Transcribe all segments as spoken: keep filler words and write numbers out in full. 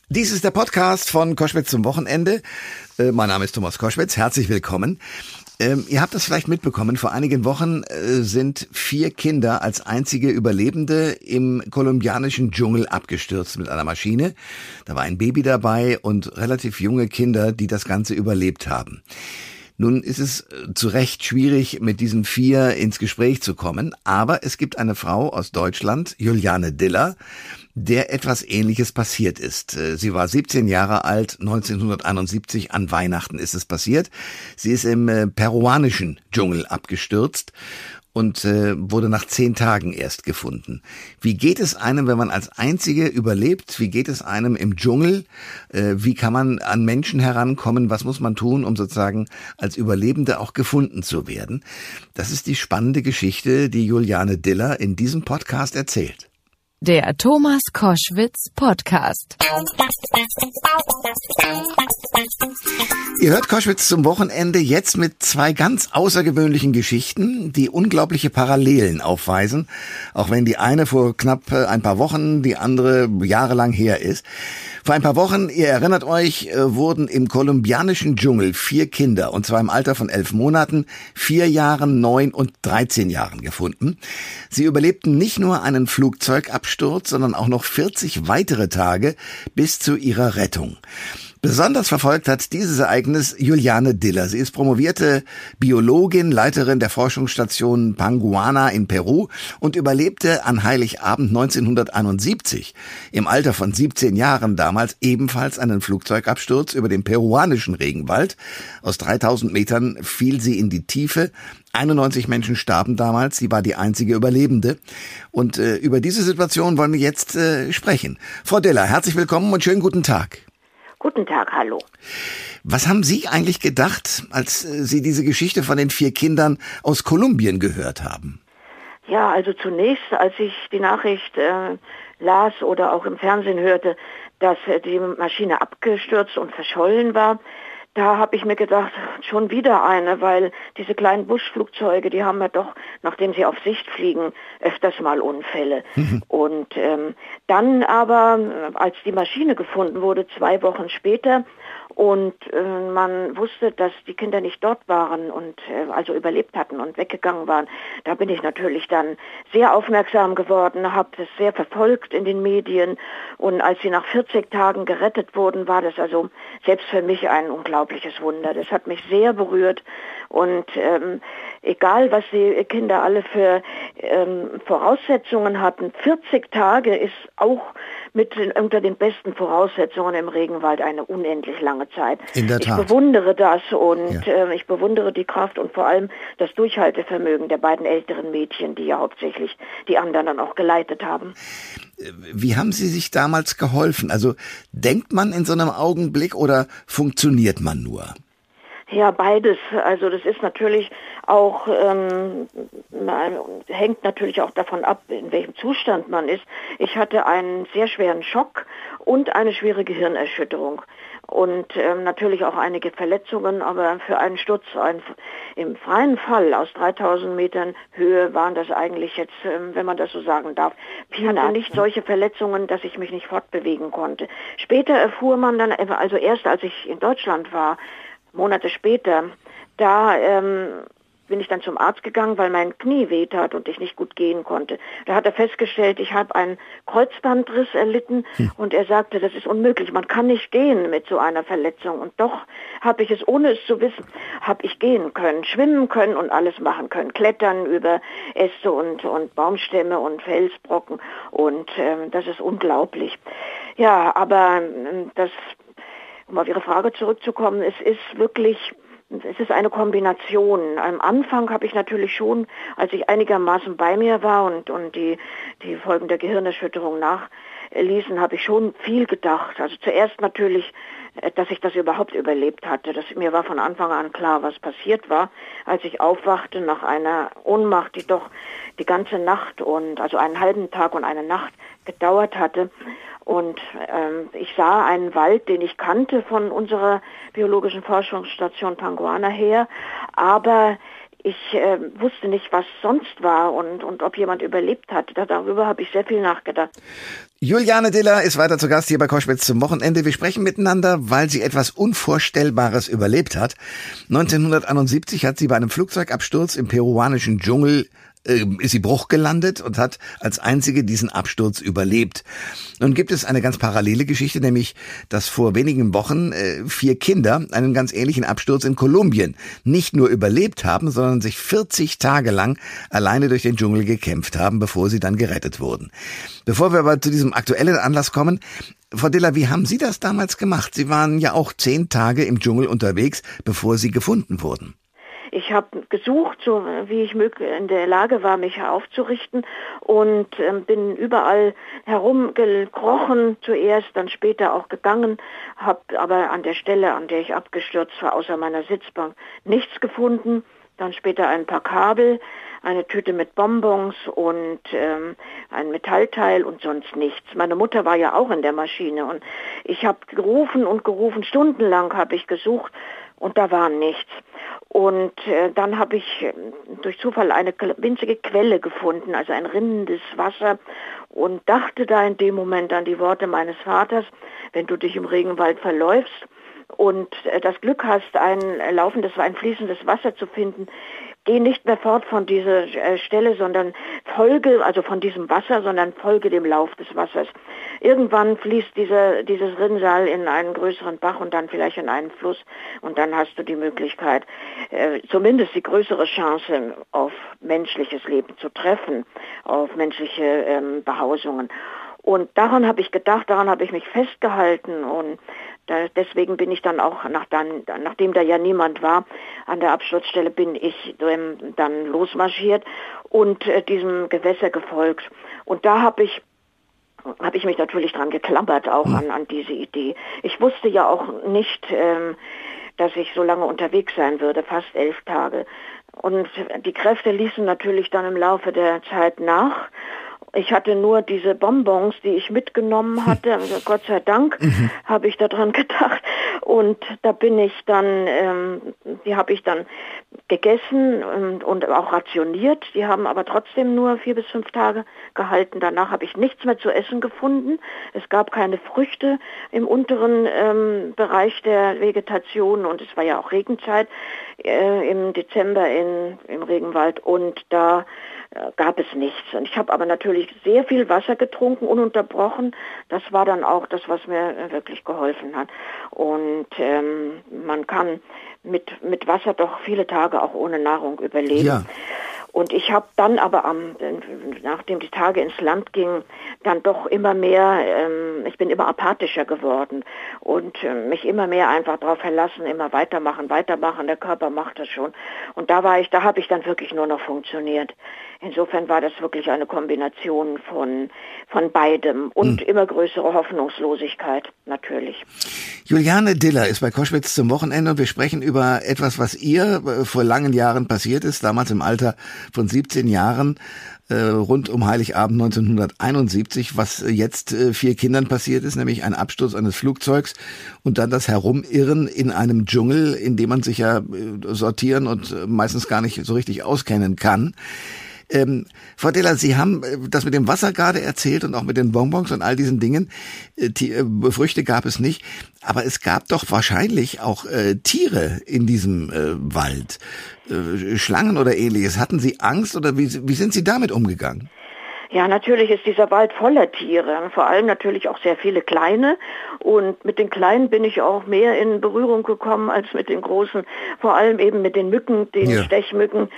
Dies ist der Podcast von Koschwitz zum Wochenende. Äh, mein Name ist Thomas Koschwitz. Herzlich willkommen. Ähm, ihr habt das vielleicht mitbekommen. Vor einigen Wochen äh, sind vier Kinder als einzige Überlebende im kolumbianischen Dschungel abgestürzt mit einer Maschine. Da war ein Baby dabei und relativ junge Kinder, die das Ganze überlebt haben. Nun ist es zu Recht schwierig, mit diesen vier ins Gespräch zu kommen, aber es gibt eine Frau aus Deutschland, Juliane Diller, der etwas Ähnliches passiert ist. Sie war siebzehn Jahre alt, neunzehnhunderteinundsiebzig, an Weihnachten ist es passiert. Sie ist im äh, peruanischen Dschungel abgestürzt und äh, wurde nach zehn Tagen erst gefunden. Wie geht es einem, wenn man als Einzige überlebt? Wie geht es einem im Dschungel? Äh, wie kann man an Menschen herankommen? Was muss man tun, um sozusagen als Überlebende auch gefunden zu werden? Das ist die spannende Geschichte, die Juliane Diller in diesem Podcast erzählt. Der Thomas Koschwitz Podcast. Ihr hört Koschwitz zum Wochenende jetzt mit zwei ganz außergewöhnlichen Geschichten, die unglaubliche Parallelen aufweisen, auch wenn die eine vor knapp ein paar Wochen, die andere jahrelang her ist. Vor ein paar Wochen, ihr erinnert euch, wurden im kolumbianischen Dschungel vier Kinder, und zwar im Alter von elf Monaten, vier Jahren, neun und dreizehn Jahren gefunden. Sie überlebten nicht nur einen Flugzeugabsturz, sondern auch noch vierzig weitere Tage bis zu ihrer Rettung. Besonders verfolgt hat dieses Ereignis Juliane Diller. Sie ist promovierte Biologin, Leiterin der Forschungsstation Panguana in Peru und überlebte an Heiligabend neunzehnhunderteinundsiebzig im Alter von siebzehn Jahren damals ebenfalls einen Flugzeugabsturz über den peruanischen Regenwald. Aus dreitausend Metern fiel sie in die Tiefe. einundneunzig Menschen starben damals, sie war die einzige Überlebende. Und äh, über diese Situation wollen wir jetzt äh, sprechen. Frau Diller, herzlich willkommen und schönen guten Tag. Guten Tag, hallo. Was haben Sie eigentlich gedacht, als äh, Sie diese Geschichte von den vier Kindern aus Kolumbien gehört haben? Ja, also zunächst, als ich die Nachricht äh, las oder auch im Fernsehen hörte, dass äh, die Maschine abgestürzt und verschollen war, da habe ich mir gedacht, schon wieder eine, weil diese kleinen Buschflugzeuge, die haben ja doch, nachdem sie auf Sicht fliegen, öfters mal Unfälle. Mhm. Und ähm, dann aber, als die Maschine gefunden wurde, zwei Wochen später, und äh, man wusste, dass die Kinder nicht dort waren und äh, also überlebt hatten und weggegangen waren, da bin ich natürlich dann sehr aufmerksam geworden, habe das sehr verfolgt in den Medien, und als sie nach vierzig Tagen gerettet wurden, war das also selbst für mich ein unglaubliches Wunder. Das hat mich sehr berührt, und ähm, egal was die Kinder alle für ähm, Voraussetzungen hatten, vierzig Tage ist auch mit den, unter den besten Voraussetzungen im Regenwald eine unendlich lange Zeit. In der Tat. Ich bewundere das, und ja. äh, ich bewundere die Kraft und vor allem das Durchhaltevermögen der beiden älteren Mädchen, die ja hauptsächlich die anderen dann auch geleitet haben. Wie haben Sie sich damals geholfen? Also denkt man in so einem Augenblick oder funktioniert man nur? Ja, beides. Also das ist natürlich auch, ähm, hängt natürlich auch davon ab, in welchem Zustand man ist. Ich hatte einen sehr schweren Schock und eine schwere Gehirnerschütterung und ähm, natürlich auch einige Verletzungen, aber für einen Sturz ein, im freien Fall aus dreitausend Metern Höhe waren das eigentlich jetzt, ähm, wenn man das so sagen darf, ich hatte nicht solche Verletzungen, dass ich mich nicht fortbewegen konnte. Später erfuhr man dann, also erst als ich in Deutschland war, Monate später, da ähm, bin ich dann zum Arzt gegangen, weil mein Knie wehtat und ich nicht gut gehen konnte. Da hat er festgestellt, ich habe einen Kreuzbandriss erlitten, hm. und er sagte, das ist unmöglich, man kann nicht gehen mit so einer Verletzung. Und doch habe ich es, ohne es zu wissen, habe ich gehen können, schwimmen können und alles machen können, klettern über Äste und, und Baumstämme und Felsbrocken, und ähm, das ist unglaublich. Ja, aber ähm, das... Um auf Ihre Frage zurückzukommen, es ist wirklich, es ist eine Kombination. Am Anfang habe ich natürlich schon, als ich einigermaßen bei mir war und, und die, die Folgen der Gehirnerschütterung nachließen, habe ich schon viel gedacht. Also zuerst natürlich, dass ich das überhaupt überlebt hatte. Das, mir war von Anfang an klar, was passiert war, als ich aufwachte nach einer Ohnmacht, die doch die ganze Nacht und also einen halben Tag und eine Nacht gedauert hatte. Und ähm, ich sah einen Wald, den ich kannte von unserer biologischen Forschungsstation Panguana her, aber ich äh, wusste nicht, was sonst war und, und ob jemand überlebt hat. Darüber habe ich sehr viel nachgedacht. Juliane Diller ist weiter zu Gast hier bei Koschwitz zum Wochenende. Wir sprechen miteinander, weil sie etwas Unvorstellbares überlebt hat. neunzehnhunderteinundsiebzig hat sie bei einem Flugzeugabsturz im peruanischen Dschungel ist sie Bruch gelandet und hat als einzige diesen Absturz überlebt. Nun gibt es eine ganz parallele Geschichte, nämlich, dass vor wenigen Wochen äh, vier Kinder einen ganz ähnlichen Absturz in Kolumbien nicht nur überlebt haben, sondern sich vierzig Tage lang alleine durch den Dschungel gekämpft haben, bevor sie dann gerettet wurden. Bevor wir aber zu diesem aktuellen Anlass kommen, Frau Diller, wie haben Sie das damals gemacht? Sie waren ja auch zehn Tage im Dschungel unterwegs, bevor Sie gefunden wurden. Ich habe gesucht, so wie ich in der Lage war, mich aufzurichten und äh, bin überall herumgekrochen, zuerst, dann später auch gegangen, habe aber an der Stelle, an der ich abgestürzt war, außer meiner Sitzbank nichts gefunden. Dann später ein paar Kabel, eine Tüte mit Bonbons und ähm, ein Metallteil und sonst nichts. Meine Mutter war ja auch in der Maschine und ich habe gerufen und gerufen, stundenlang habe ich gesucht und da war nichts. Und äh, dann habe ich äh, durch Zufall eine winzige Quelle gefunden, also ein rinnendes Wasser und dachte da in dem Moment an die Worte meines Vaters, wenn du dich im Regenwald verläufst und äh, das Glück hast, ein äh, laufendes, ein fließendes Wasser zu finden, geh nicht mehr fort von dieser äh, Stelle, sondern folge, also von diesem Wasser, sondern folge dem Lauf des Wassers. Irgendwann fließt dieser, dieses Rinnsal in einen größeren Bach und dann vielleicht in einen Fluss und dann hast du die Möglichkeit, äh, zumindest die größere Chance auf menschliches Leben zu treffen, auf menschliche ähm, Behausungen. Und daran habe ich gedacht, daran habe ich mich festgehalten und da, deswegen bin ich dann auch, nach dann, nachdem da ja niemand war, an der Absturzstelle bin ich ähm, dann losmarschiert und äh, diesem Gewässer gefolgt. Und da habe ich habe ich mich natürlich dran geklammert, auch an, an diese Idee. Ich wusste ja auch nicht, ähm, dass ich so lange unterwegs sein würde, fast elf Tage. Und die Kräfte ließen natürlich dann im Laufe der Zeit nach. Ich hatte nur diese Bonbons, die ich mitgenommen hatte, also Gott sei Dank mhm. habe ich daran gedacht und da bin ich dann, ähm, die habe ich dann gegessen und, und auch rationiert, die haben aber trotzdem nur vier bis fünf Tage gehalten. Danach habe ich nichts mehr zu essen gefunden, es gab keine Früchte im unteren ähm, Bereich der Vegetation und es war ja auch Regenzeit äh, im Dezember in, im Regenwald und da gab es nichts. Und ich habe aber natürlich sehr viel Wasser getrunken, ununterbrochen. Das war dann auch das, was mir wirklich geholfen hat. Und ähm, man kann mit, mit Wasser doch viele Tage auch ohne Nahrung überleben. Ja. Und ich habe dann aber, am, nachdem die Tage ins Land gingen, dann doch immer mehr, ähm, ich bin immer apathischer geworden und äh, mich immer mehr einfach darauf verlassen, immer weitermachen, weitermachen, der Körper macht das schon. Und da war ich, da habe ich dann wirklich nur noch funktioniert. Insofern war das wirklich eine Kombination von, von beidem und hm. immer größere Hoffnungslosigkeit, natürlich. Juliane Diller ist bei Koschwitz zum Wochenende und wir sprechen über etwas, was ihr vor langen Jahren passiert ist, damals im Alter von siebzehn Jahren, äh, rund um Heiligabend neunzehnhunderteinundsiebzig, was jetzt äh, vier Kindern passiert ist, nämlich ein Absturz eines Flugzeugs und dann das Herumirren in einem Dschungel, in dem man sich ja äh, sortieren und äh, meistens gar nicht so richtig auskennen kann. Ähm, Frau Diller, Sie haben das mit dem Wasser gerade erzählt und auch mit den Bonbons und all diesen Dingen. Äh, die, äh, Früchte gab es nicht, aber es gab doch wahrscheinlich auch äh, Tiere in diesem äh, Wald, äh, Schlangen oder ähnliches. Hatten Sie Angst oder wie, wie sind Sie damit umgegangen? Ja, natürlich ist dieser Wald voller Tiere, vor allem natürlich auch sehr viele kleine und mit den kleinen bin ich auch mehr in Berührung gekommen als mit den großen, vor allem eben mit den Mücken, den ja. Stechmücken,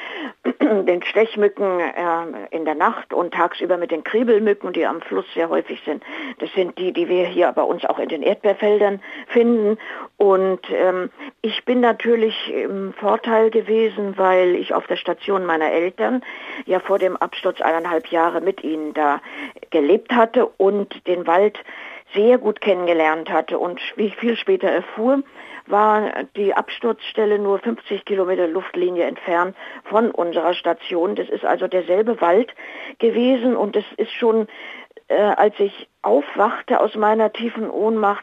den Stechmücken äh, in der Nacht und tagsüber mit den Kriebelmücken, die am Fluss sehr häufig sind. Das sind die, die wir hier bei uns auch in den Erdbeerfeldern finden und ähm, ich bin natürlich im Vorteil gewesen, weil ich auf der Station meiner Eltern ja vor dem Absturz eineinhalb Jahre mit ihnen da gelebt hatte und den Wald sehr gut kennengelernt hatte. Und wie ich viel später erfuhr, war die Absturzstelle nur fünfzig Kilometer Luftlinie entfernt von unserer Station. Das ist also derselbe Wald gewesen und es ist schon, äh, als ich aufwachte aus meiner tiefen Ohnmacht,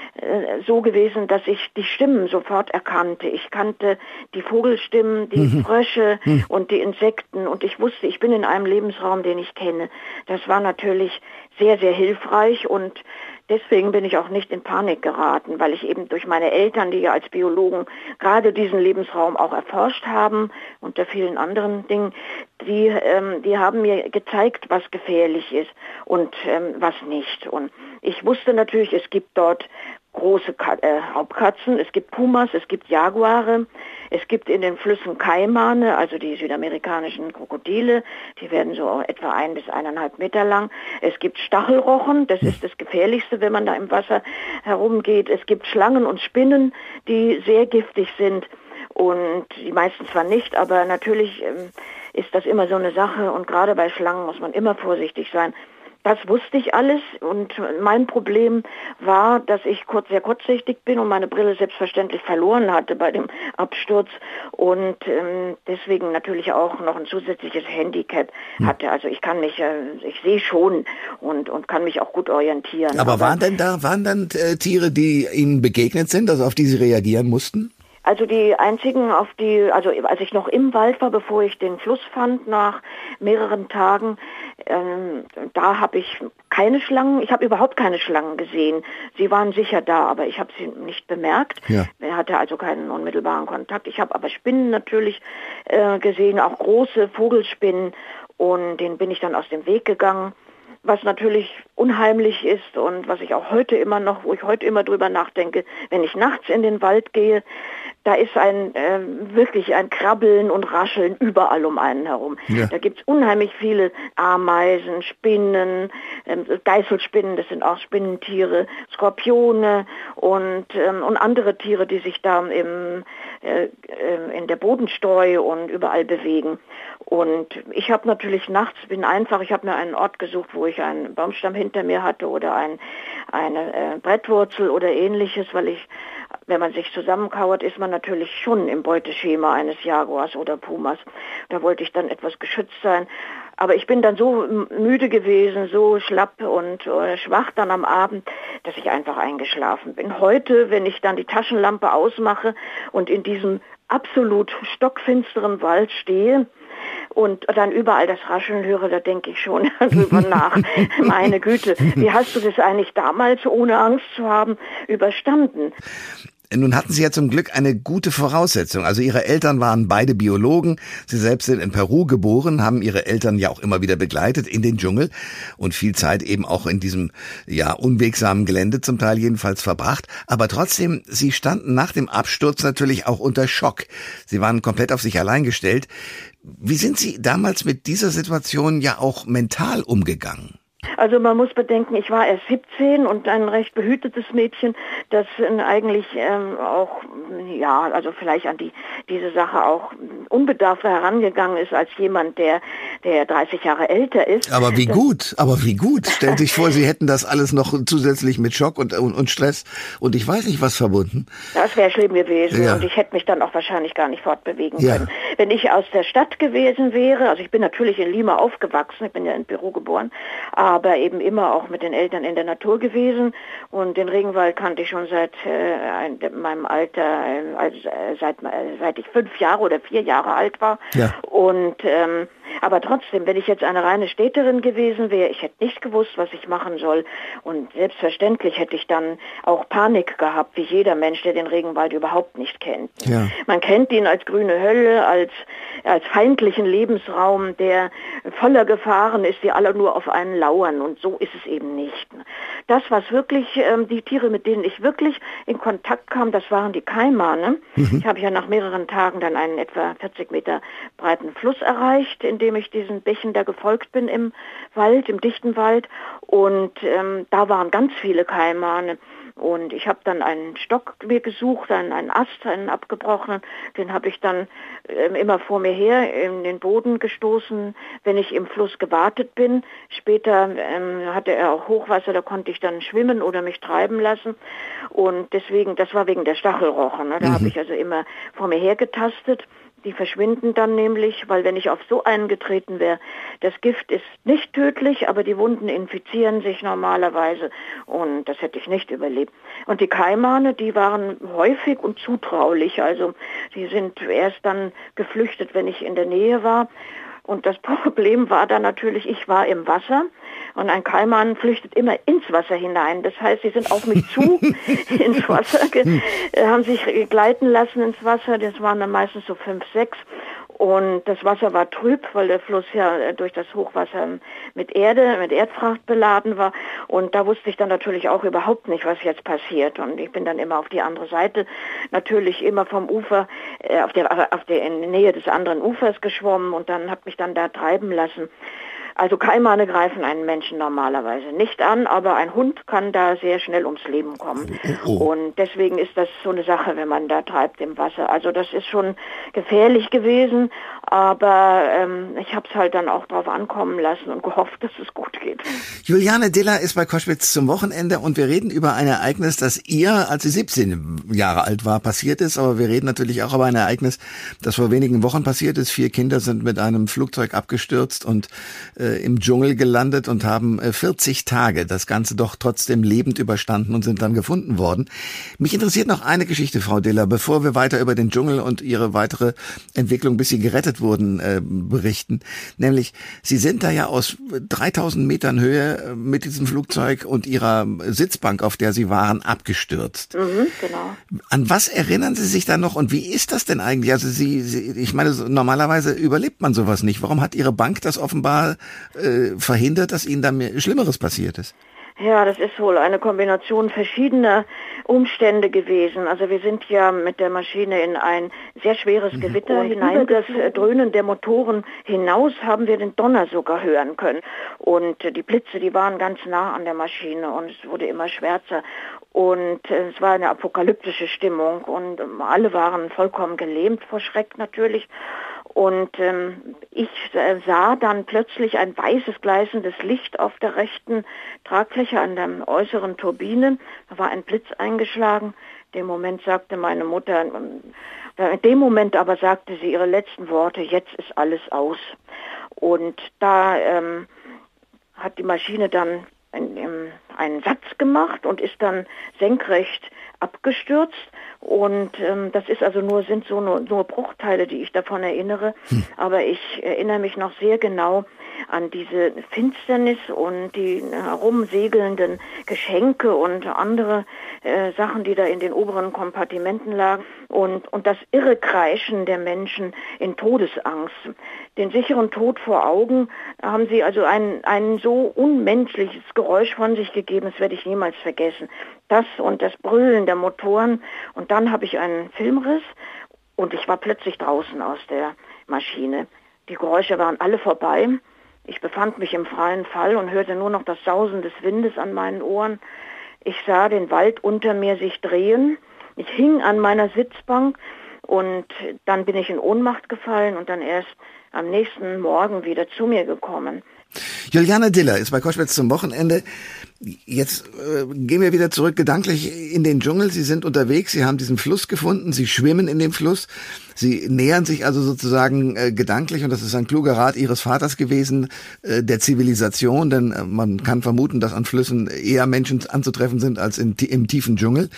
äh, so gewesen, dass ich die Stimmen sofort erkannte. Ich kannte die Vogelstimmen, die mhm. Frösche mhm. und die Insekten und ich wusste, ich bin in einem Lebensraum, den ich kenne. Das war natürlich sehr, sehr hilfreich und deswegen bin ich auch nicht in Panik geraten, weil ich eben durch meine Eltern, die ja als Biologen gerade diesen Lebensraum auch erforscht haben, unter vielen anderen Dingen, die, ähm, die haben mir gezeigt, was gefährlich ist und ähm, was nicht. Und ich wusste natürlich, es gibt dort große Ka- äh, Raubkatzen, es gibt Pumas, es gibt Jaguare, es gibt in den Flüssen Kaimane, also die südamerikanischen Krokodile, die werden so etwa ein bis eineinhalb Meter lang. Es gibt Stachelrochen, das ist das Gefährlichste, wenn man da im Wasser herumgeht. Es gibt Schlangen und Spinnen, die sehr giftig sind und die meisten zwar nicht, aber natürlich ähm, ist das immer so eine Sache und gerade bei Schlangen muss man immer vorsichtig sein. Das wusste ich alles und mein Problem war, dass ich kurz, sehr kurzsichtig bin und meine Brille selbstverständlich verloren hatte bei dem Absturz und ähm, deswegen natürlich auch noch ein zusätzliches Handicap hatte. Also ich kann mich, äh, ich sehe schon und, und kann mich auch gut orientieren. Aber, aber waren denn da, waren dann äh, Tiere, die Ihnen begegnet sind, also auf die Sie reagieren mussten? Also die einzigen, auf die, also als ich noch im Wald war, bevor ich den Fluss fand, nach mehreren Tagen, ähm, da habe ich keine Schlangen, ich habe überhaupt keine Schlangen gesehen. Sie waren sicher da, aber ich habe sie nicht bemerkt. Ja. Er hatte also keinen unmittelbaren Kontakt. Ich habe aber Spinnen natürlich äh, gesehen, auch große Vogelspinnen und denen bin ich dann aus dem Weg gegangen. Was natürlich unheimlich ist und was ich auch heute immer noch, wo ich heute immer drüber nachdenke, wenn ich nachts in den Wald gehe, da ist ein äh, wirklich ein Krabbeln und Rascheln überall um einen herum. Ja. Da gibt's unheimlich viele Ameisen, Spinnen, äh, Geißelspinnen, das sind auch Spinnentiere, Skorpione und ähm, und andere Tiere, die sich da im äh, in der Bodenstreu und überall bewegen. Und ich habe natürlich nachts, bin einfach, ich habe mir einen Ort gesucht, wo ich einen Baumstamm hinter mir hatte oder ein, eine äh, Brettwurzel oder ähnliches, weil ich, wenn man sich zusammenkauert, ist man natürlich schon im Beuteschema eines Jaguars oder Pumas. Da wollte ich dann etwas geschützt sein. Aber ich bin dann so müde gewesen, so schlapp und äh, schwach dann am Abend, dass ich einfach eingeschlafen bin. Heute, wenn ich dann die Taschenlampe ausmache und in diesem absolut stockfinsteren Wald stehe, und dann überall das Rascheln höre, da denke ich schon drüber nach. Meine Güte, wie hast du das eigentlich damals, ohne Angst zu haben, überstanden? Nun hatten Sie ja zum Glück eine gute Voraussetzung. Also Ihre Eltern waren beide Biologen. Sie selbst sind in Peru geboren, haben Ihre Eltern ja auch immer wieder begleitet in den Dschungel und viel Zeit eben auch in diesem, ja, unwegsamen Gelände zum Teil jedenfalls verbracht. Aber trotzdem, Sie standen nach dem Absturz natürlich auch unter Schock. Sie waren komplett auf sich allein gestellt. Wie sind Sie damals mit dieser Situation ja auch mental umgegangen? Also man muss bedenken, ich war erst siebzehn und ein recht behütetes Mädchen, das eigentlich ähm, auch, ja, also vielleicht an die diese Sache auch unbedarfter herangegangen ist als jemand, der der dreißig Jahre älter ist. Aber wie das, gut, aber wie gut. Stellen Sie sich vor, Sie hätten das alles noch zusätzlich mit Schock und, und, und Stress und ich weiß nicht was verbunden. Das wäre schlimm gewesen ja. Und ich hätte mich dann auch wahrscheinlich gar nicht fortbewegen ja. können. Wenn ich aus der Stadt gewesen wäre, also ich bin natürlich in Lima aufgewachsen, ich bin ja in Peru geboren, aber eben immer auch mit den Eltern in der Natur gewesen und den Regenwald kannte ich schon seit äh, meinem Alter, äh, also, äh, seit, äh, seit ich fünf Jahre oder vier Jahre alt war. Ja. Und ähm, aber trotzdem, wenn ich jetzt eine reine Städterin gewesen wäre, ich hätte nicht gewusst, was ich machen soll und selbstverständlich hätte ich dann auch Panik gehabt, wie jeder Mensch, der den Regenwald überhaupt nicht kennt. Ja. Man kennt ihn als grüne Hölle, als als feindlichen Lebensraum, der voller Gefahren ist, die alle nur auf einen lauern und so ist es eben nicht. Das, was wirklich, ähm, die Tiere, mit denen ich wirklich in Kontakt kam, das waren die Kaimane. Mhm. Ich habe ja nach mehreren Tagen dann einen etwa vierzig Meter breiten Fluss erreicht, in dem ich diesen Bächen da gefolgt bin im Wald, im dichten Wald und ähm, da waren ganz viele Kaimane. Und ich habe dann einen Stock mir gesucht, einen, einen Ast, einen abgebrochenen, den habe ich dann äh, immer vor mir her in den Boden gestoßen, wenn ich im Fluss gewartet bin. Später ähm, hatte er auch Hochwasser, da konnte ich dann schwimmen oder mich treiben lassen. Und deswegen, das war wegen der Stachelrochen, ne? Da mhm. habe ich also immer vor mir her getastet. Die verschwinden dann nämlich, weil wenn ich auf so einen getreten wäre, das Gift ist nicht tödlich, aber die Wunden infizieren sich normalerweise und das hätte ich nicht überlebt. Und die Kaimane, die waren häufig und zutraulich, also die sind erst dann geflüchtet, wenn ich in der Nähe war. Und das Problem war dann natürlich, ich war im Wasser und ein Kaiman flüchtet immer ins Wasser hinein. Das heißt, sie sind auf mich zu ins Wasser, ge- haben sich gleiten lassen ins Wasser. Das waren dann meistens so fünf, sechs. Und das Wasser war trüb, weil der Fluss ja durch das Hochwasser mit Erde, mit Erdfracht beladen war. Und da wusste ich dann natürlich auch überhaupt nicht, was jetzt passiert. Und ich bin dann immer auf die andere Seite, natürlich immer vom Ufer, äh, auf der, auf der in der Nähe des anderen Ufers geschwommen und dann habe mich dann da treiben lassen. Also Kaimane greifen einen Menschen normalerweise nicht an, aber ein Hund kann da sehr schnell ums Leben kommen. Oh, oh. Und deswegen ist das so eine Sache, wenn man da treibt im Wasser. Also das ist schon gefährlich gewesen, aber ähm, ich habe es halt dann auch drauf ankommen lassen und gehofft, dass es gut geht. Juliane Diller ist bei Koschwitz zum Wochenende und wir reden über ein Ereignis, das ihr, als sie siebzehn Jahre alt war, passiert ist. Aber wir reden natürlich auch über ein Ereignis, das vor wenigen Wochen passiert ist. Vier Kinder sind mit einem Flugzeug abgestürzt und äh, im Dschungel gelandet und haben äh, vierzig Tage das Ganze doch trotzdem lebend überstanden und sind dann gefunden worden. Mich interessiert noch eine Geschichte, Frau Diller, bevor wir weiter über den Dschungel und Ihre weitere Entwicklung, bis Sie gerettet wurden, äh, berichten. Nämlich, Sie sind da ja aus dreitausend Metern Höhe mit diesem Flugzeug und Ihrer Sitzbank, auf der Sie waren, abgestürzt. Mhm, genau. An was erinnern Sie sich da noch und wie ist das denn eigentlich? Also Sie, Sie ich meine, so, normalerweise überlebt man sowas nicht. Warum hat Ihre Bank das offenbar äh, verhindert, dass Ihnen da mehr Schlimmeres passiert ist? Ja, das ist wohl eine Kombination verschiedener Umstände gewesen. Also wir sind ja mit der Maschine in ein sehr schweres mhm. Gewitter hinein. Über das Dröhnen der Motoren hinaus haben wir den Donner sogar hören können. Und die Blitze, die waren ganz nah an der Maschine und es wurde immer schwärzer. Und es war eine apokalyptische Stimmung und alle waren vollkommen gelähmt vor Schreck natürlich. Und ähm, ich sah dann plötzlich ein weißes, gleißendes Licht auf der rechten Tragfläche an der äußeren Turbine. Da war ein Blitz eingeschlagen. In dem Moment sagte meine Mutter, in dem Moment aber sagte sie ihre letzten Worte, jetzt ist alles aus. Und da ähm, hat die Maschine dann einen Satz gemacht und ist dann senkrecht abgestürzt. Und ähm, das ist also nur, sind so nur, nur Bruchteile, die ich davon erinnere. Hm. Aber ich erinnere mich noch sehr genau an diese Finsternis und die herumsegelnden Geschenke und andere äh, Sachen, die da in den oberen Kompartimenten lagen. Und, und das irre Kreischen der Menschen in Todesangst. Den sicheren Tod vor Augen haben sie also ein, ein so unmenschliches Geräusch von sich gegeben, das werde ich niemals vergessen. Das und das Brüllen der Motoren. Und dann habe ich einen Filmriss und ich war plötzlich draußen aus der Maschine. Die Geräusche waren alle vorbei. Ich befand mich im freien Fall und hörte nur noch das Sausen des Windes an meinen Ohren. Ich sah den Wald unter mir sich drehen. Ich hing an meiner Sitzbank und dann bin ich in Ohnmacht gefallen und dann erst am nächsten Morgen wieder zu mir gekommen. Juliane Diller ist bei Koschwitz zum Wochenende. Jetzt äh, gehen wir wieder zurück gedanklich in den Dschungel. Sie sind unterwegs, Sie haben diesen Fluss gefunden, Sie schwimmen in dem Fluss. Sie nähern sich also sozusagen äh, gedanklich, und das ist ein kluger Rat Ihres Vaters gewesen, äh, der Zivilisation, denn äh, man kann vermuten, dass an Flüssen eher Menschen anzutreffen sind als in, im tiefen Dschungel.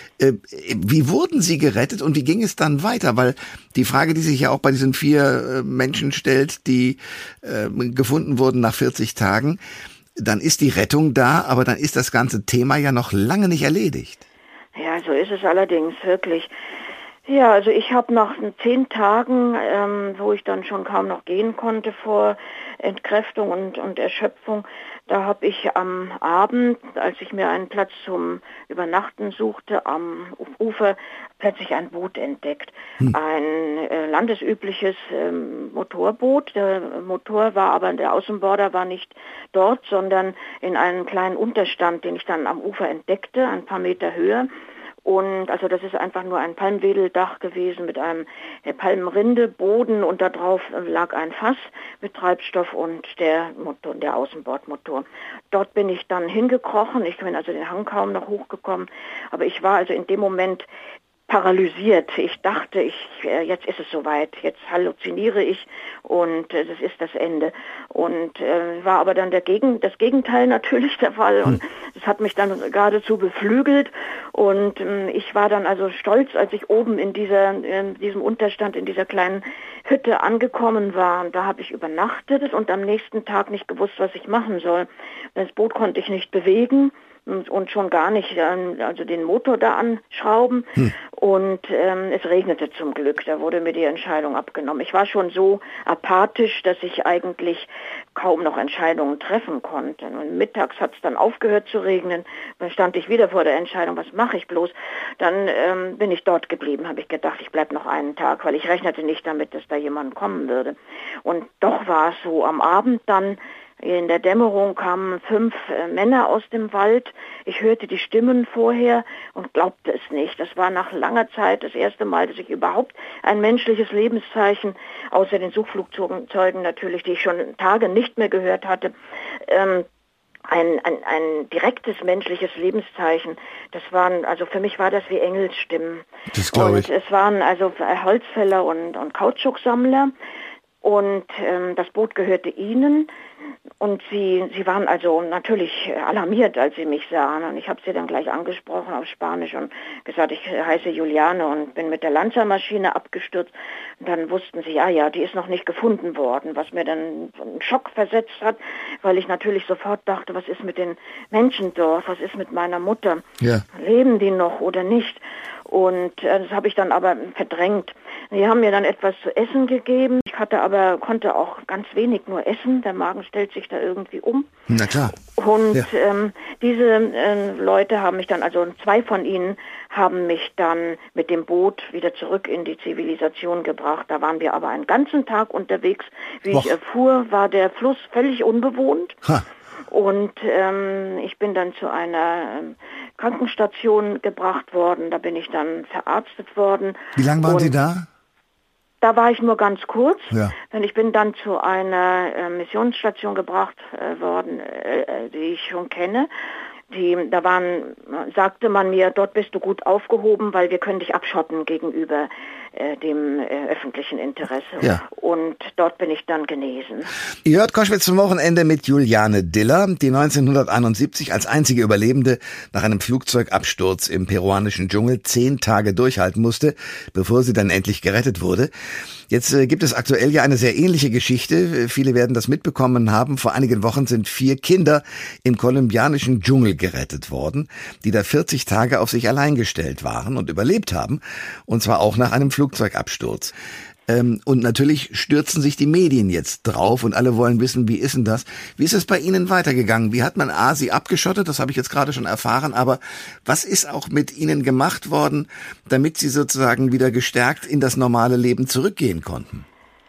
Wie wurden Sie gerettet und wie ging es dann weiter? Weil die Frage, die sich ja auch bei diesen vier Menschen stellt, die äh, gefunden wurden nach vierzig Tagen, dann ist die Rettung da, aber dann ist das ganze Thema ja noch lange nicht erledigt. Ja, so ist es allerdings wirklich. Ja, also ich habe nach zehn Tagen, ähm, wo ich dann schon kaum noch gehen konnte vor Entkräftung und, und Erschöpfung, da habe ich am Abend, als ich mir einen Platz zum Übernachten suchte, am Ufer plötzlich ein Boot entdeckt. Hm. Ein äh, landesübliches ähm, Motorboot. Der Motor war aber, der Außenborder war nicht dort, sondern in einem kleinen Unterstand, den ich dann am Ufer entdeckte, ein paar Meter höher. Und also das ist einfach nur ein Palmwedeldach gewesen mit einem Palmrindeboden und da drauf lag ein Fass mit Treibstoff und der Motor, der Außenbordmotor. Dort bin ich dann hingekrochen, ich bin also den Hang kaum noch hochgekommen, aber ich war also in dem Moment paralysiert. Ich dachte, ich jetzt ist es soweit, jetzt halluziniere ich und äh, das ist das Ende. Und äh, war aber dann der Gegen, das Gegenteil natürlich der Fall und das hat mich dann geradezu beflügelt und äh, ich war dann also stolz, als ich oben in dieser in diesem Unterstand, in dieser kleinen Hütte angekommen war. Und da habe ich übernachtet und am nächsten Tag nicht gewusst, was ich machen soll. Das Boot konnte ich nicht bewegen. Und schon gar nicht ähm, also den Motor da anschrauben. Hm. Und ähm, es regnete zum Glück. Da wurde mir die Entscheidung abgenommen. Ich war schon so apathisch, dass ich eigentlich kaum noch Entscheidungen treffen konnte. Und mittags hat es dann aufgehört zu regnen. Dann stand ich wieder vor der Entscheidung, was mache ich bloß? Dann ähm, bin ich dort geblieben, habe ich gedacht, ich bleibe noch einen Tag, weil ich rechnete nicht damit, dass da jemand kommen würde. Und doch war es so, am Abend dann, in der Dämmerung kamen fünf äh, Männer aus dem Wald. Ich hörte die Stimmen vorher und glaubte es nicht. Das war nach langer Zeit das erste Mal, dass ich überhaupt ein menschliches Lebenszeichen, außer den Suchflugzeugen natürlich, die ich schon Tage nicht mehr gehört hatte, ähm, ein, ein, ein direktes menschliches Lebenszeichen. Das waren, also für mich war das wie Engelsstimmen. Das glaube ich. Und es waren also Holzfäller und, und Kautschuksammler. Und ähm, das Boot gehörte ihnen und sie sie waren also natürlich alarmiert, als sie mich sahen. Und ich habe sie dann gleich angesprochen auf Spanisch und gesagt, ich heiße Juliane und bin mit der Lanza-Maschine abgestürzt. Und dann wussten sie, ja, ja, die ist noch nicht gefunden worden, was mir dann einen Schock versetzt hat, weil ich natürlich sofort dachte, was ist mit den Menschen dort, was ist mit meiner Mutter? Ja. Leben die noch oder nicht? Und äh, das habe ich dann aber verdrängt. Die haben mir dann etwas zu essen gegeben. Ich hatte aber, konnte auch ganz wenig nur essen. Der Magen stellt sich da irgendwie um. Na klar. Und ja. ähm, diese äh, Leute haben mich dann, also zwei von ihnen haben mich dann mit dem Boot wieder zurück in die Zivilisation gebracht. Da waren wir aber einen ganzen Tag unterwegs. Wie Boah. ich erfuhr, war der Fluss völlig unbewohnt. Ha. Und ähm, ich bin dann zu einer ähm, Krankenstation gebracht worden. Da bin ich dann verarztet worden. Wie lange waren Sie da? Da war ich nur ganz kurz. Ja. Denn ich bin dann zu einer äh, Missionsstation gebracht äh, worden, äh, die ich schon kenne. Die, da waren, sagte man mir, dort bist du gut aufgehoben, weil wir können dich abschotten gegenüber äh, dem äh, öffentlichen Interesse. Ja. Und dort bin ich dann genesen. Ihr hört Koschwitz zum Wochenende mit Juliane Diller, die neunzehnhunderteinundsiebzig als einzige Überlebende nach einem Flugzeugabsturz im peruanischen Dschungel zehn Tage durchhalten musste, bevor sie dann endlich gerettet wurde. Jetzt äh, gibt es aktuell ja eine sehr ähnliche Geschichte. Viele werden das mitbekommen haben. Vor einigen Wochen sind vier Kinder im kolumbianischen Dschungel gerettet worden, die da vierzig Tage auf sich allein gestellt waren und überlebt haben. Und zwar auch nach einem Flugzeugabsturz. Ähm, und natürlich stürzen sich die Medien jetzt drauf und alle wollen wissen, wie ist denn das? Wie ist es bei Ihnen weitergegangen? Wie hat man A, Sie abgeschottet? Das habe ich jetzt gerade schon erfahren. Aber was ist auch mit Ihnen gemacht worden, damit Sie sozusagen wieder gestärkt in das normale Leben zurückgehen konnten?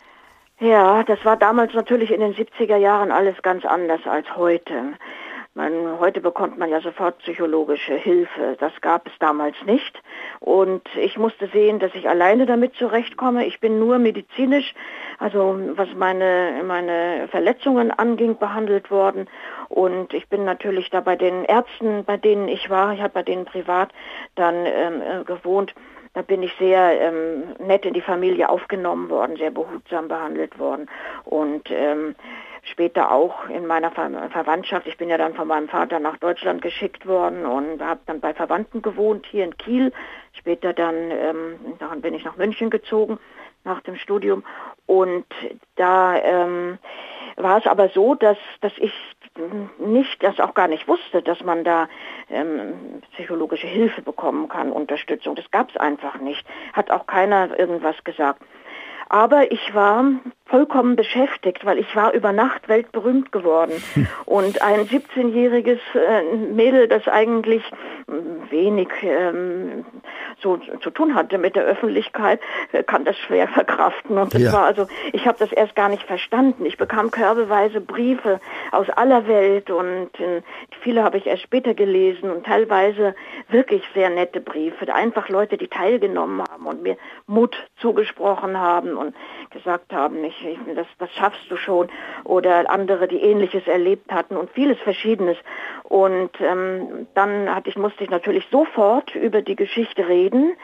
Ja, das war damals natürlich in den siebziger Jahren alles ganz anders als heute. Man, heute bekommt man ja sofort psychologische Hilfe. Das gab es damals nicht. Und ich musste sehen, dass ich alleine damit zurechtkomme. Ich bin nur medizinisch, also was meine, meine Verletzungen anging, behandelt worden. Und ich bin natürlich da bei den Ärzten, bei denen ich war, ich habe bei denen privat dann ähm, gewohnt. Da bin ich sehr ähm, nett in die Familie aufgenommen worden, sehr behutsam behandelt worden. Und ähm, später auch in meiner Ver- Verwandtschaft. Ich bin ja dann von meinem Vater nach Deutschland geschickt worden und habe dann bei Verwandten gewohnt, hier in Kiel. Später dann, ähm, dann bin ich nach München gezogen nach dem Studium. Und da ähm, war es aber so, dass, dass ich nicht, das auch gar nicht wusste, dass man da ähm, psychologische Hilfe bekommen kann, Unterstützung. Das gab es einfach nicht. Hat auch keiner irgendwas gesagt. Aber ich war vollkommen beschäftigt, weil ich war über Nacht weltberühmt geworden. Und ein siebzehnjähriges äh, Mädel, das eigentlich wenig ähm, so zu tun hatte mit der Öffentlichkeit, äh, kann das schwer verkraften. Und das ja. war also, ich habe das erst gar nicht verstanden. Ich bekam körbeweise Briefe aus aller Welt und äh, viele habe ich erst später gelesen und teilweise wirklich sehr nette Briefe. Einfach Leute, die teilgenommen haben und mir Mut zugesprochen haben und gesagt haben, ich, ich, das, das schaffst du schon. Oder andere, die Ähnliches erlebt hatten und vieles Verschiedenes. Und ähm, dann hatte ich, musste ich natürlich sofort über die Geschichte reden.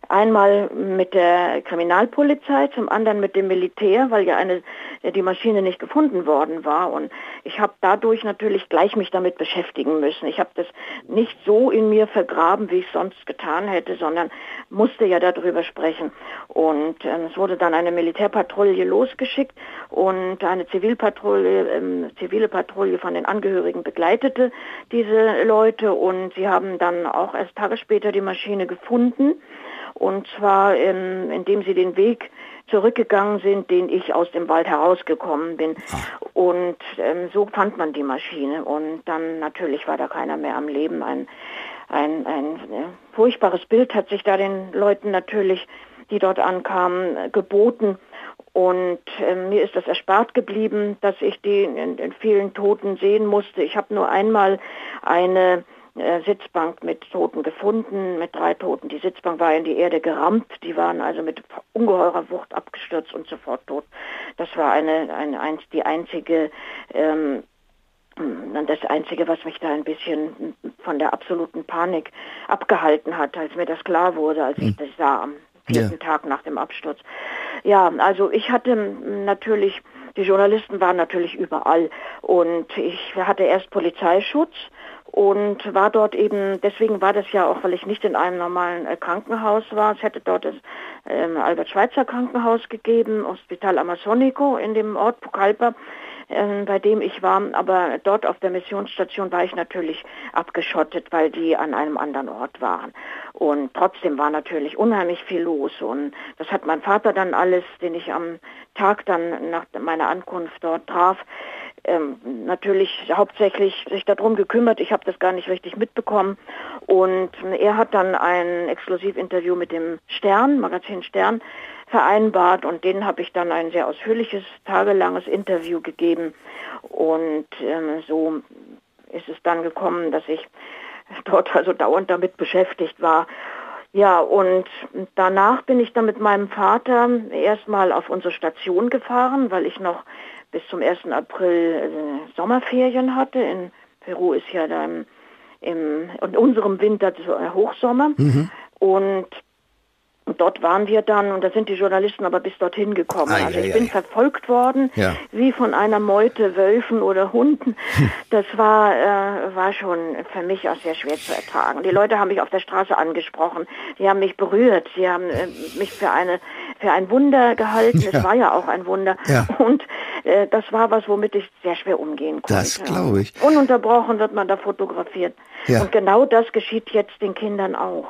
Einmal mit der Kriminalpolizei, zum anderen mit dem Militär, weil ja eine, die Maschine nicht gefunden worden war. Und ich habe dadurch natürlich gleich mich damit beschäftigen müssen. Ich habe das nicht so in mir vergraben, wie ich sonst getan hätte, sondern musste ja darüber sprechen. Und ähm, es wurde dann eine Militärpatrouille losgeschickt und eine Zivilpatrouille, ähm, zivile Patrouille von den Angehörigen begleitete diese Leute. Und sie haben dann auch erst Tage später die Maschine gefunden. Und zwar, ähm, indem sie den Weg zurückgegangen sind, den ich aus dem Wald herausgekommen bin. Ah. Und ähm, so fand man die Maschine. Und dann natürlich war da keiner mehr am Leben. Ein, ein, ein äh, furchtbares Bild hat sich da den Leuten natürlich, die dort ankamen, geboten. Und äh, mir ist das erspart geblieben, dass ich die in, in vielen Toten sehen musste. Ich habe nur einmal eine Sitzbank mit Toten gefunden, mit drei Toten. Die Sitzbank war in die Erde gerammt, die waren also mit ungeheurer Wucht abgestürzt und sofort tot. Das war eine, eine, eine die einzige, ähm, das Einzige, was mich da ein bisschen von der absoluten Panik abgehalten hat, als mir das klar wurde, als ich das sah am vierten ja. Tag nach dem Absturz. Ja, also ich hatte natürlich, die Journalisten waren natürlich überall und ich hatte erst Polizeischutz und war dort eben, deswegen war das ja auch, weil ich nicht in einem normalen äh, Krankenhaus war. Es hätte dort das ähm, Albert-Schweitzer-Krankenhaus gegeben, Hospital Amazonico in dem Ort Pucallpa, äh, bei dem ich war. Aber dort auf der Missionsstation war ich natürlich abgeschottet, weil die an einem anderen Ort waren. Und trotzdem war natürlich unheimlich viel los. Und das hat mein Vater dann alles, den ich am Tag dann nach meiner Ankunft dort traf, Ähm, natürlich hauptsächlich sich darum gekümmert. Ich habe das gar nicht richtig mitbekommen. Und er hat dann ein Exklusivinterview mit dem Stern, Magazin Stern, vereinbart. Und denen habe ich dann ein sehr ausführliches, tagelanges Interview gegeben. Und ähm, so ist es dann gekommen, dass ich dort also dauernd damit beschäftigt war. Ja, und danach bin ich dann mit meinem Vater erstmal auf unsere Station gefahren, weil ich noch bis zum ersten April äh, Sommerferien hatte. In Peru ist ja dann im, in unserem Winter Hochsommer. Mhm. Und Und dort waren wir dann, und da sind die Journalisten aber bis dorthin gekommen. Ai, also ich ai, bin ai. verfolgt worden, ja. wie von einer Meute Wölfen oder Hunden. Das war äh, war schon für mich auch sehr schwer zu ertragen. Die Leute haben mich auf der Straße angesprochen, die haben mich berührt, sie haben äh, mich für eine für ein Wunder gehalten. Ja. Es war ja auch ein Wunder. Ja. Und äh, das war was, womit ich sehr schwer umgehen konnte. Das glaube ich. Ununterbrochen wird man da fotografiert. Ja. Und genau das geschieht jetzt den Kindern auch.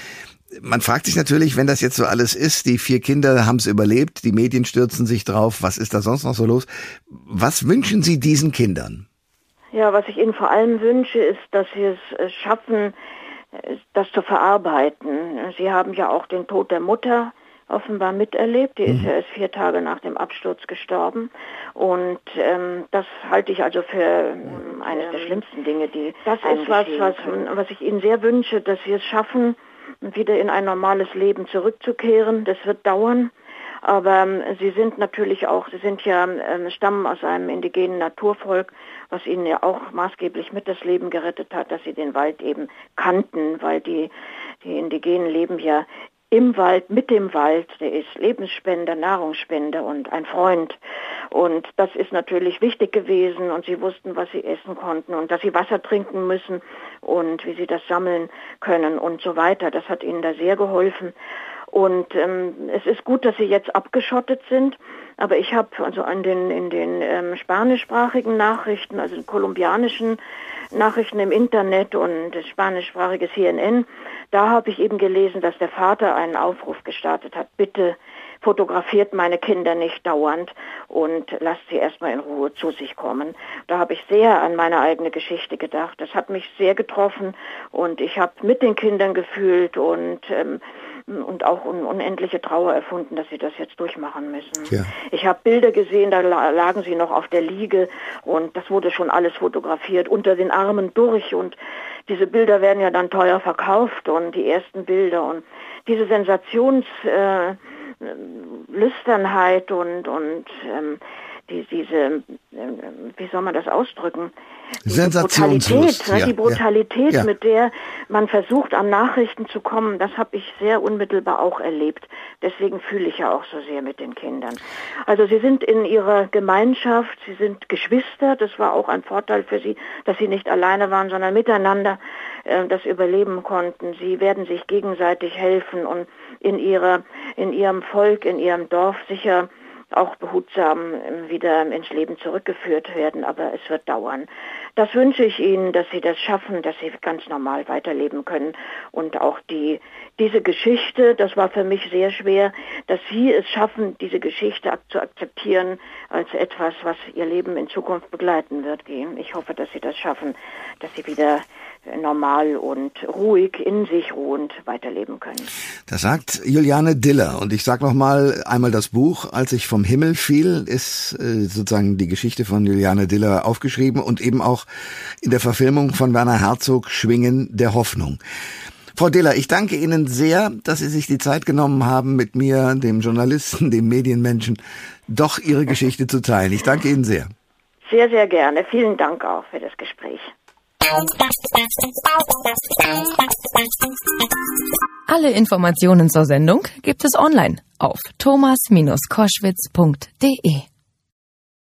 Man fragt sich natürlich, wenn das jetzt so alles ist, die vier Kinder haben es überlebt, die Medien stürzen sich drauf, was ist da sonst noch so los? Was wünschen Sie diesen Kindern? Ja, was ich ihnen vor allem wünsche, ist, dass sie es schaffen, das zu verarbeiten. Sie haben ja auch den Tod der Mutter offenbar miterlebt. Die mhm. ist ja erst vier Tage nach dem Absturz gestorben. Und ähm, das halte ich also für ähm, eines der schlimmsten Dinge, die Das ist was, was, was ich ihnen sehr wünsche, dass sie es schaffen, wieder in ein normales Leben zurückzukehren. Das wird dauern, aber ähm, sie sind natürlich auch, sie sind ja, ähm, stammen aus einem indigenen Naturvolk, was ihnen ja auch maßgeblich mit das Leben gerettet hat, dass sie den Wald eben kannten, weil die, die Indigenen leben ja im Wald, mit dem Wald, der ist Lebensspender, Nahrungsspender und ein Freund. Und das ist natürlich wichtig gewesen und sie wussten, was sie essen konnten und dass sie Wasser trinken müssen und wie sie das sammeln können und so weiter. Das hat ihnen da sehr geholfen. Und ähm, es ist gut, dass sie jetzt abgeschottet sind, aber ich habe also an den, in den ähm, spanischsprachigen Nachrichten, also in kolumbianischen Nachrichten im Internet und das spanischsprachige C N N, da habe ich eben gelesen, dass der Vater einen Aufruf gestartet hat, bitte fotografiert meine Kinder nicht dauernd und lasst sie erstmal in Ruhe zu sich kommen. Da habe ich sehr an meine eigene Geschichte gedacht. Das hat mich sehr getroffen und ich habe mit den Kindern gefühlt und ähm, und auch un- unendliche Trauer erfunden, dass sie das jetzt durchmachen müssen. Ja. Ich habe Bilder gesehen, da lagen sie noch auf der Liege und das wurde schon alles fotografiert, unter den Armen durch und diese Bilder werden ja dann teuer verkauft und die ersten Bilder und diese Sensations äh, Lüsternheit und und ähm, die, diese, wie soll man das ausdrücken? Sensationslust. Brutalität, ne? Ja, die Brutalität, ja. mit der man versucht, an Nachrichten zu kommen, das habe ich sehr unmittelbar auch erlebt. Deswegen fühle ich ja auch so sehr mit den Kindern. Also sie sind in ihrer Gemeinschaft, sie sind Geschwister, das war auch ein Vorteil für sie, dass sie nicht alleine waren, sondern miteinander äh, das überleben konnten. Sie werden sich gegenseitig helfen und in ihrer, in ihrem Volk, in ihrem Dorf sicher auch behutsam wieder ins Leben zurückgeführt werden, aber es wird dauern. Das wünsche ich Ihnen, dass Sie das schaffen, dass Sie ganz normal weiterleben können und auch die diese Geschichte, das war für mich sehr schwer, dass Sie es schaffen, diese Geschichte zu akzeptieren als etwas, was Ihr Leben in Zukunft begleiten wird. Ich hoffe, dass Sie das schaffen, dass Sie wieder normal und ruhig, in sich ruhend weiterleben können. Das sagt Juliane Diller. Und ich sage noch mal einmal das Buch, Als ich vom Himmel fiel, ist äh, sozusagen die Geschichte von Juliane Diller aufgeschrieben und eben auch in der Verfilmung von Werner Herzog Schwingen der Hoffnung. Frau Diller, ich danke Ihnen sehr, dass Sie sich die Zeit genommen haben, mit mir, dem Journalisten, dem Medienmenschen, doch Ihre Geschichte zu teilen. Ich danke Ihnen sehr. Sehr, sehr gerne. Vielen Dank auch für das Gespräch. Alle Informationen zur Sendung gibt es online auf thomas Bindestrich koschwitz punkt de.